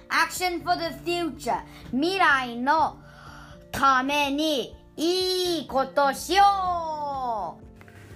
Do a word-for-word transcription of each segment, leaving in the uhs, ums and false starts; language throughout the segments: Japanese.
Action for the future 未来のためにいいことしよう。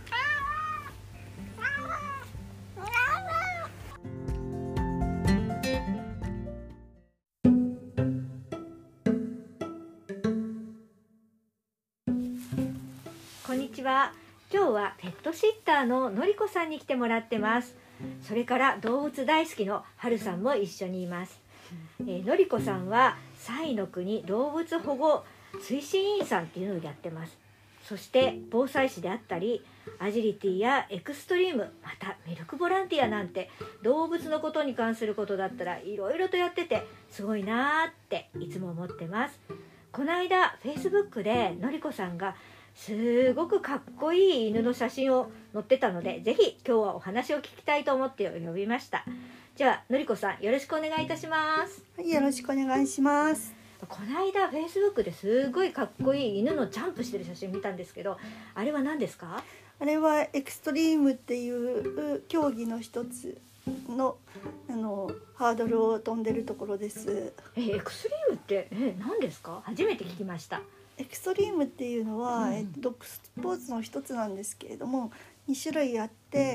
こんにちは。今日はペットシッターののりこさんに来てもらってます。それから動物大好きのはるさんも一緒にいます。えー、のりこさんは彩の国動物保護推進員さんっていうのをやってます。そして防災士であったりアジリティやエクストリーム、またミルクボランティアなんて動物のことに関することだったらいろいろとやっててすごいなーっていつも思ってます。この間 フェイスブック でのりこさんがすごくかっこいい犬の写真を載ってたので、ぜひ今日はお話を聞きたいと思って呼びました。じゃあのりこさん、よろしくお願いいたします。 はい、よろしくお願いします。 この間フェイスブックですごいかっこいい犬のジャンプしてる写真見たんですけど、あれは何ですか？ あれはエクストリームっていう競技の一つのあのハードルを飛んでるところです。 えエクストリームってえ何ですか？初めて聞きました。 エクストリームっていうのは、 うん、 えっと、ドッグスポーツの一つなんですけれどもに種類あって、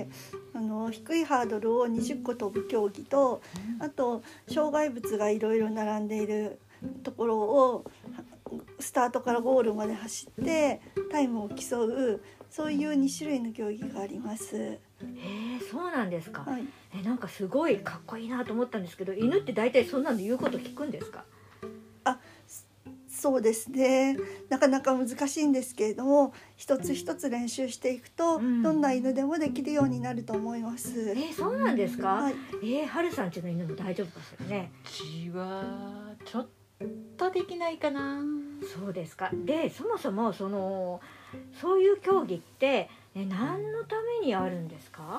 あの低いハードルをにじゅっこ飛ぶ競技と、あと障害物がいろいろ並んでいるところをスタートからゴールまで走ってタイムを競う、そういうに種類の競技があります。 へえ、そうなんですか。 はい、 えなんかすごいかっこいいなと思ったんですけど、犬って大体そんなの言うこと聞くんですか？ あ、そうですね、なかなか難しいんですけれども、一つ一つ練習していくと、うん、どんな犬でもできるようになると思います。 えー、そうなんですか？ はい、 えー、はるさんちの犬も大丈夫かしらね。 うちはちょっとできないかな。 そうですか。でそもそもそのそういう競技って、ね、何のためにあるんですか？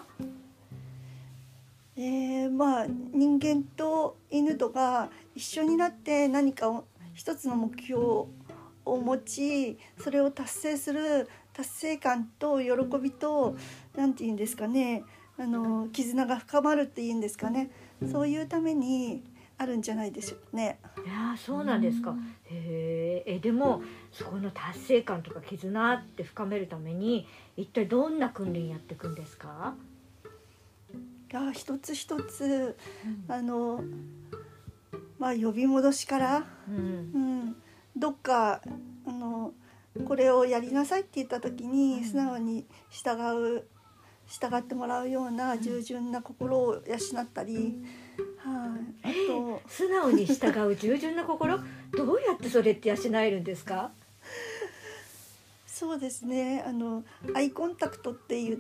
えー、まあ人間と犬とが一緒になって何かを一つの目標を持ち、それを達成する達成感と喜びと、なんていうんですかね、あの絆が深まるっていうんですかね、そういうためにあるんじゃないでしょうかね。 いやそうなんですか。へえ、でもそこの達成感とか絆って深めるために一体どんな訓練やっていくんですか？ いや一つ一つ、うん、あのまあ呼び戻しから、うんうん、どっかあのこれをやりなさいって言った時に素直に従う従ってもらうような従順な心を養ったり、はい、あと素直に従う従順な心どうやってそれって養えるんですか？ そうですね、あのアイコンタクトって言って、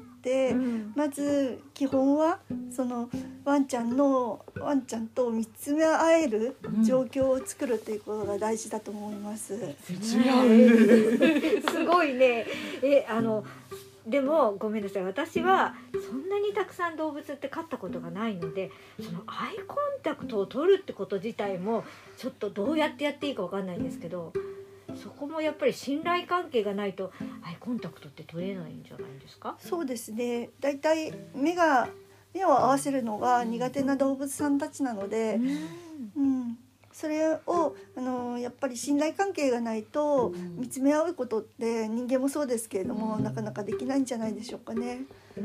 うん、まず基本はそのワンちゃんのワンちゃんと見つめ合える状況を作るっていうことが大事だと思います。うん、 見つめ合えすごいね。えあのでもごめんなさい、私はそんなにたくさん動物って飼ったことがないので、そのアイコンタクトを取るってこと自体もちょっとどうやってやっていいか分かんないんですけど、そこもやっぱり信頼関係がないとアイコンタクトって取れないんじゃないですか？ そうですね、だいたい目が目を合わせるのが苦手な動物さんたちなので、うん、うん、それをあのやっぱり信頼関係がないと見つめ合うことって人間もそうですけれども、なかなかできないんじゃないでしょうかね。 うん、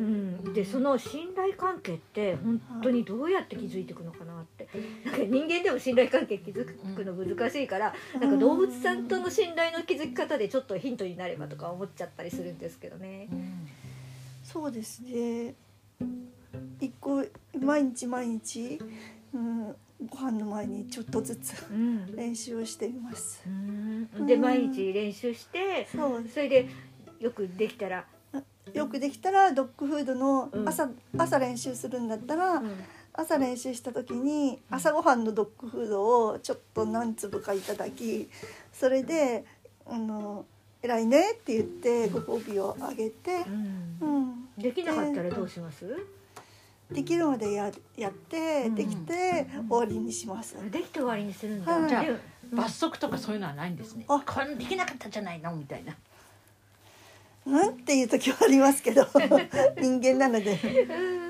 でその信頼関係って本当にどうやって築いていくのかなって、なんか人間でも信頼関係築くの難しいから、なんか動物さんとの信頼の築き方でちょっとヒントになればとか思っちゃったりするんですけどね。うん、 そうですね、一個毎日毎日、うん、ご飯の前にちょっとずつ、うん、練習をしています。 うん、で毎日練習して、うん、それでよくできたらよくできたらドッグフードの朝、うん、朝練習するんだったら、うん、朝練習した時に朝ごはんのドッグフードをちょっと何粒かいただき、それであの偉いねって言ってご褒美をあげて、 うんうん、できなかったらどうします？ できるまで や, やって、うん、できて終わりにします。 できて終わりにするんだ。 はい、じゃあ罰則とかそういうのはないんですね。あ、これできなかったじゃないのみたいな。 なんていう時はありますけど人間なので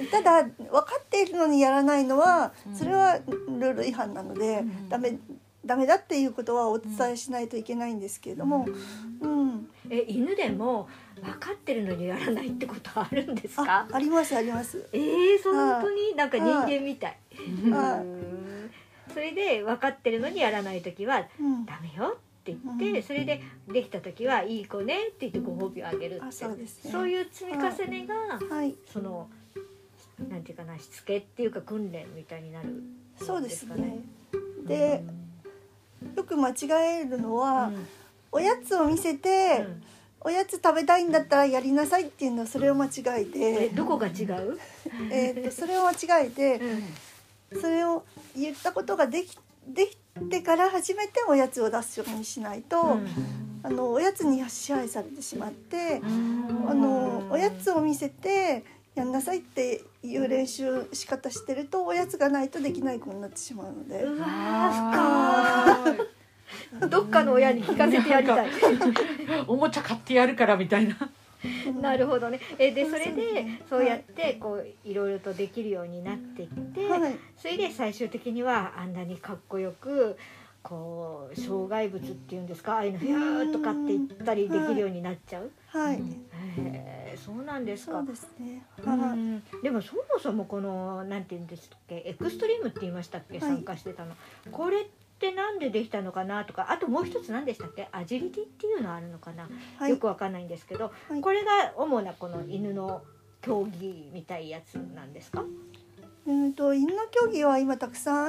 ただ分かっているのにやらないのはそれはルール違反なので、うん、ダメダメだっていうことはお伝えしないといけないんですけれども、うん、 え犬でも分かってるのにやらないってことはあるんですか？ あ、ありますあります。 えー、本当になんか人間みたい。それで分かってるのにやらないときは、うん、ダメよって言って、うん、それでできたときはいい子ねって言ってご褒美をあげるって、そうですね、そういう積み重ねが、はい、そのなんていうかな、しつけっていうか訓練みたいになるんですかね。 そうですね。で、うん、よく間違えるのは、うん、おやつを見せて、うん、おやつ食べたいんだったらやりなさいっていうのはそれを間違えて、 えどこが違う？ えーとそれを間違えて、うん、それを言ったことができできてから初めておやつを出すようにしないと、うん、あのおやつに支配されてしまって、うん、あのおやつを見せてやんなさいっていう練習仕方してるとおやつがないとできない子になってしまうので、 うわ深いどっかの親に聞かせてやりたいおもちゃ買ってやるからみたいななるほどね。えでそれでそうやってこういろいろとできるようになっていって、はい、それで最終的にはあんなにかっこよくこう障害物っていうんですか、ああいうのヒューッとかっていったりできるようになっちゃう。 はい。 へー、そうなんですか。 そうですね。 うん、でもそもそもこのなんていうんですっけ、エクストリームって言いましたっけ、参加してたの。はい、これってなんでできたのかなとか、あともう一つ何でしたっけ、アジリティっていうのあるのかな、はい、よくわかんないんですけど、はい、これが主なこの犬の競技みたいやつなんですか？ うんと犬の競技は今たくさんあって、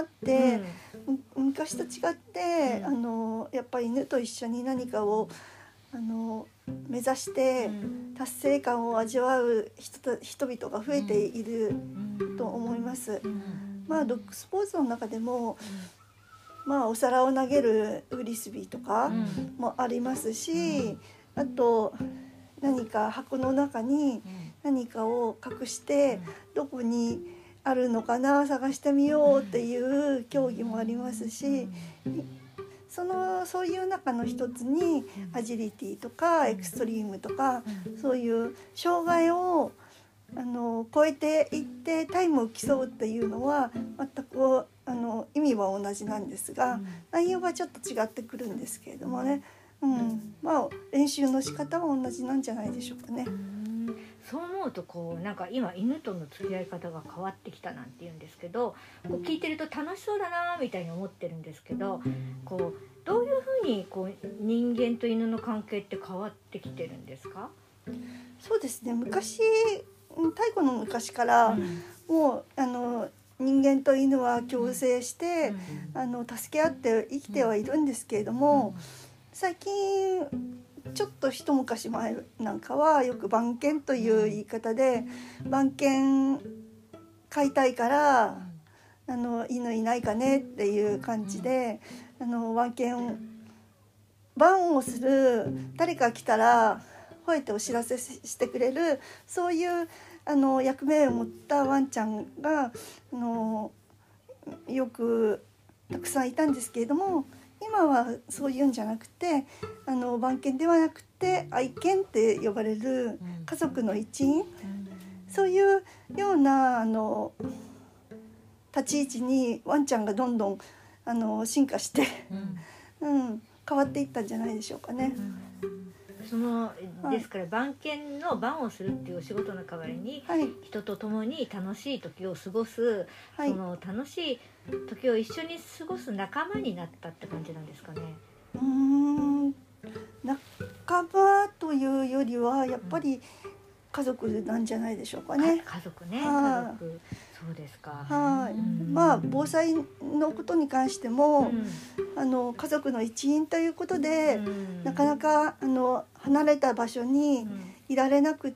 うん、昔と違って、うん、あのやっぱり犬と一緒に何かをあの目指して達成感を味わう 人, 人々が増えていると思います。まあドッグスポーツの中でも、まあ、お皿を投げるフリスビーとかもありますし、あと何か箱の中に何かを隠してどこにあるのかな探してみようっていう競技もありますし、そのそういう中の一つにアジリティとかエクストリームとかそういう障害をあの超えていってタイムを競うっていうのは全くあの意味は同じなんですが、内容がちょっと違ってくるんですけれどもね、うん、まあ練習の仕方は同じなんじゃないでしょうかね。 そう思うとこうなんか今犬との付き合い方が変わってきたなんて言うんですけど、こう聞いてると楽しそうだなみたいに思ってるんですけど、こうどういうふうにこう人間と犬の関係って変わってきてるんですか？ そうですね、昔太古の昔から、うん、もうあの人間と犬は共生して、うん、あの助け合って生きてはいるんですけれども、うん、最近ちょっと一昔前なんかはよく番犬という言い方で、番犬飼いたいからあの犬いないかねっていう感じで、あの番犬番をする誰か来たら吠えてお知らせしてくれる、そういうあの役目を持ったワンちゃんがあのよくたくさんいたんですけれども、今はそういうんじゃなくて、あの番犬ではなくて愛犬って呼ばれる家族の一員、そういうようなあの立ち位置にワンちゃんがどんどんあの進化して、うんうん、変わっていったんじゃないでしょうかね。 そのですから番犬の番をするっていうお仕事の代わりに、はい、人と共に楽しい時を過ごす、はい、その楽しい時を一緒に過ごす仲間になったって感じなんですかね。 うーん、仲間というよりはやっぱり家族なんじゃないでしょうかね。 家族ね、家族、そうですか。 はい、うん、まあ防災のことに関しても、うん、あの家族の一員ということで、うん、なかなかあの離れた場所にいられなくって、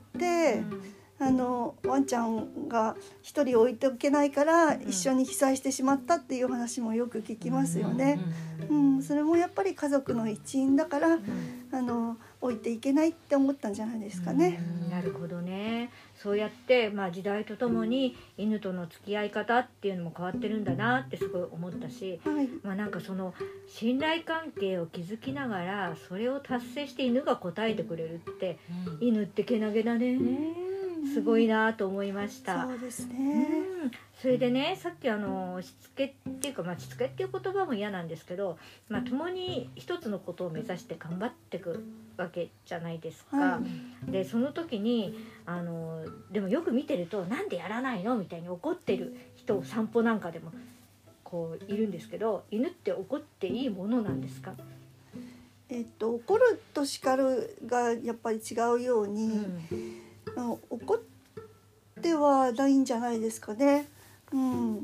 うん、あのワンちゃんが一人置いておけないから一緒に被災してしまったっていう話もよく聞きますよね。うん、それもやっぱり家族の一員だから、うん、あの置いていけないって思ったんじゃないですかね。 うん、なるほどね。そうやって、まあ、時代とともに犬との付き合い方っていうのも変わってるんだなってすごい思ったし、はい、まあ、なんかその信頼関係を築きながらそれを達成して犬が応えてくれるって、うん、犬ってけなげだね。 すごいなと思いました。 そうですね、 うん、それでね、さっきあのしつけっていうか、まあ、しつけっていう言葉も嫌なんですけど、まあ、共に一つのことを目指して頑張っていくわけじゃないですか、 はでその時にあのでもよく見てるとなんでやらないのみたいに怒ってる人を散歩なんかでもこういるんですけど、犬って怒っていいものなんですか？ えっと、怒ると叱るがやっぱり違うように、 うん、 うん、怒ってはないんじゃないですかね、うん、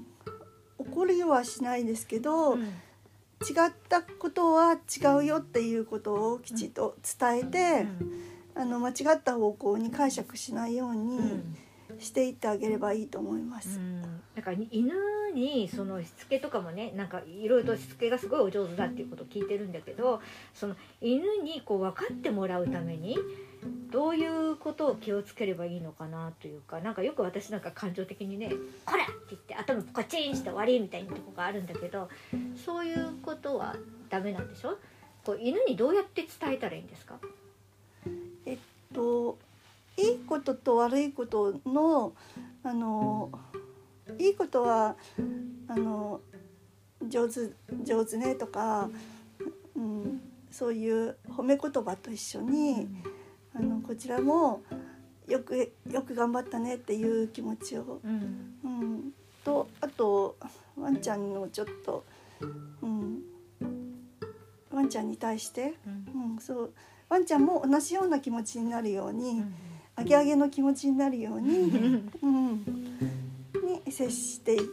怒りはしないですけど、 うん違ったことは違うよっていうことをきちっと伝えて、あの間違った方向に解釈しないようにしていってあげればいいと思います、 うん、だから犬にそのしつけとかもね、なんかいろいろとしつけがすごいお上手だっていうことを聞いてるんだけど、その犬にこう分かってもらうためにどういうことを気をつければいいのかなというか、なんかよく私なんか感情的にね「こら!」って言って頭ポチンして終わりみたいなとこがあるんだけど、そういうことはダメなんでしょ？こう犬にどうやって伝えたらいいんですか？ えっといいことと悪いことのあのいいことはあの上手上手ねとか、うん、そういう褒め言葉と一緒に、あのこちらもよくよく頑張ったねっていう気持ちを、 うんうん、とあとワンちゃんのちょっと、うん、ワンちゃんに対して、うん、そうワンちゃんも同じような気持ちになるように、アゲアゲの気持ちになるように、うん、に接していって、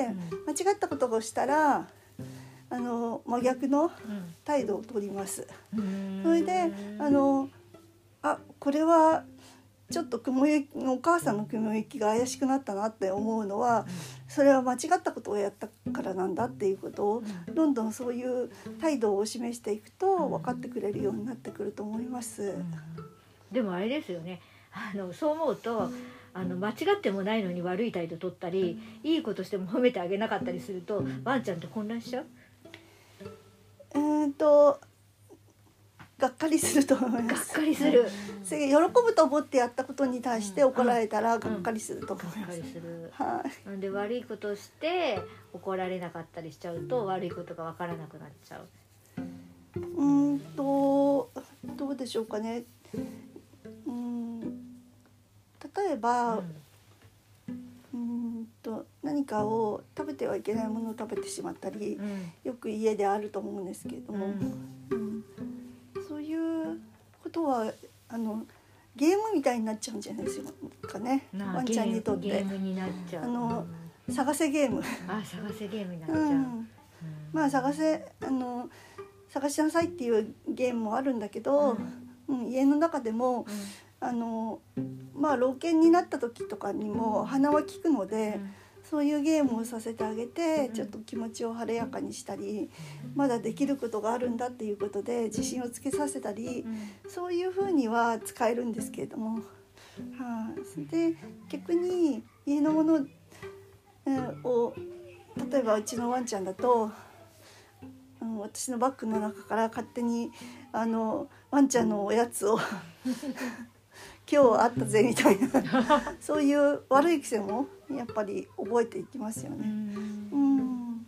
間違ったことをしたらあの真逆の態度を取ります。それであのあこれはちょっと雲行きお母さんの雲行きが怪しくなったなって思うのは、それは間違ったことをやったからなんだっていうことをどんどんそういう態度を示していくと分かってくれるようになってくると思います。 でもあれですよね、あのそう思うとあの間違ってもないのに悪い態度取ったり、いいことしても褒めてあげなかったりするとワンちゃんって混乱しちゃう？ えーとがっかりすると思います。 がっかりする。 それ喜ぶと思ってやったことに対して怒られたらがっかりすると思います。 がっかりする。 はい。 なんで悪いことをして怒られなかったりしちゃうと悪いことが分からなくなっちゃう。 うーんとどうでしょうかね。うーん例えば、うん、うんと何かを食べてはいけないものを食べてしまったり、うん、よく家であると思うんですけれども、うんうん、そういうことはあのゲームみたいになっちゃうんじゃないですかね、ワンちゃんにとって。 ゲームになっちゃう。 あの、うん、探せゲーム。 あ、探せゲームになっちゃう。うん、 まあ探せあの探しなさいっていうゲームもあるんだけど、うんうん、家の中でも、うん、あのまあ老犬になった時とかにも鼻は利くので、うん、そういうゲームをさせてあげて、うん、ちょっと気持ちを晴れやかにしたり、うん、まだできることがあるんだっていうことで自信をつけさせたり、うん、そういうふうには使えるんですけれども、はあ、で逆に家のもの、うん、を例えばうちのワンちゃんだと、うん、私のバッグの中から勝手にあのワンちゃんのおやつを今日あったぜみたいなそういう悪い癖もやっぱり覚えていきますよね。うん、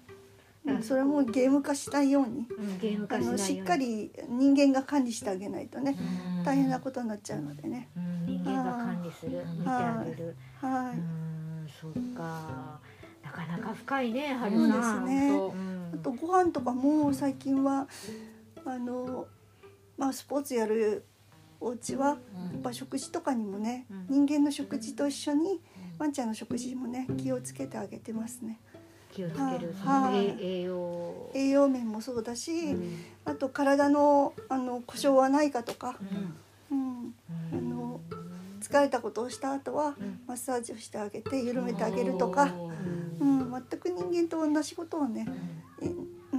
うん、それもゲーム化しないように、うん、ゲーム化しないように、あのしっかり人間が管理してあげないとね、大変なことになっちゃうのでね。 うん、人間が管理する、見てあげる。 はい。はい、 うん、そっか。なかなか深いね、はるさん。 そうですね。うん、あとご飯とかも最近はあのまあスポーツやるお家はやっぱ食事とかにもね、うん、人間の食事と一緒にワンちゃんの食事もね気をつけてあげてますね。 気をつける、はあ、栄養栄養面もそうだし、うん、あと体のあの故障はないかとか、うんうん、あの疲れたことをした後はマッサージをしてあげて緩めてあげるとか、うん、全く人間と同じことをね、うん、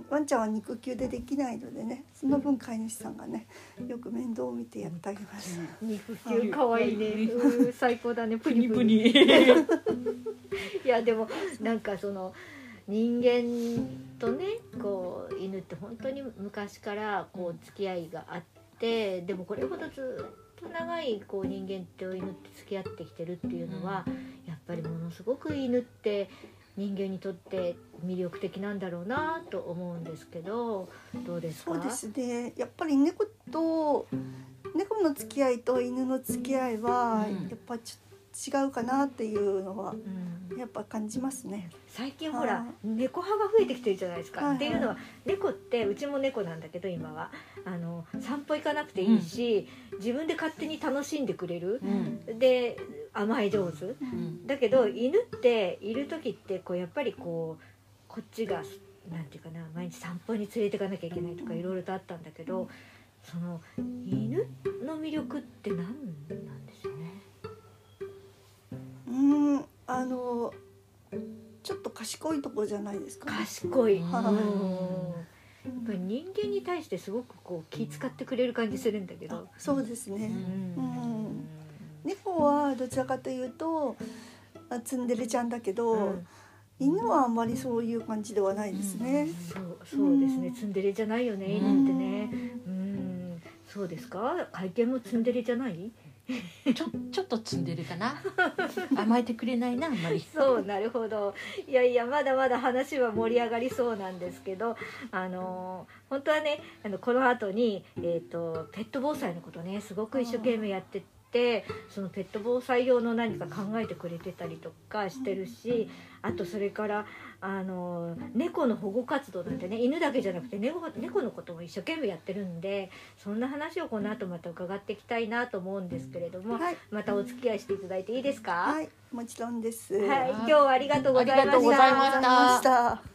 ワンちゃんは肉球でできないのでね、その分飼い主さんがねよく面倒を見てやってあげます。 肉球かわいいね、うん、最高だね、プニプニいやでもなんかその人間とねこう犬って本当に昔からこう付き合いがあって、でもこれほどずっと長いこう人間と犬って付き合ってきてるっていうのは、やっぱりものすごく犬って人間にとって魅力的なんだろうなと思うんですけど、どうですか？ そうですね、やっぱり猫と猫の付き合いと犬の付き合いはやっぱちょっと違うかなっていうのはやっぱ感じますね。 最近ほら猫派が増えてきてるじゃないですか、はいはい、っていうのは猫ってうちも猫なんだけど今はあの散歩行かなくていいし、うん、自分で勝手に楽しんでくれる、うん、で甘え上手、うん、だけど犬っている時ってこうやっぱりこうこっちがなんていうかな、毎日散歩に連れてかなきゃいけないとかいろいろとあったんだけど、その犬の魅力って何なんですよね。 うーん、あのちょっと賢いところじゃないですか、ね、 賢い、はい、やっぱり人間に対してすごくこう気遣ってくれる感じするんだけど。 そうですね、うん、うん、猫はどちらかというとツンデレちゃんだけど、うん、犬はあんまりそういう感じではないですね、 うん、そうそうですね、ツンデレじゃないよね、犬ってね、うん、そうですか。会見もツンデレじゃない？ ちょちょっとツンデレかな甘えてくれないなあんまり。 そう、なるほど。いやいや、まだまだ話は盛り上がりそうなんですけど、あの本当はね、あのこの後に、えーと、ペット防災のことねすごく一生懸命やってて、そのペット防災用の何か考えてくれてたりとかしてるし、あとそれからあの猫の保護活動なんてね、犬だけじゃなくて 猫, 猫のことも一生懸命やってるんで、そんな話をこの後また伺っていきたいなと思うんですけれども、はい、またお付き合いしていただいていいですか？ はい、もちろんです。 はい、今日はありがとうございました。 ありがとうございました。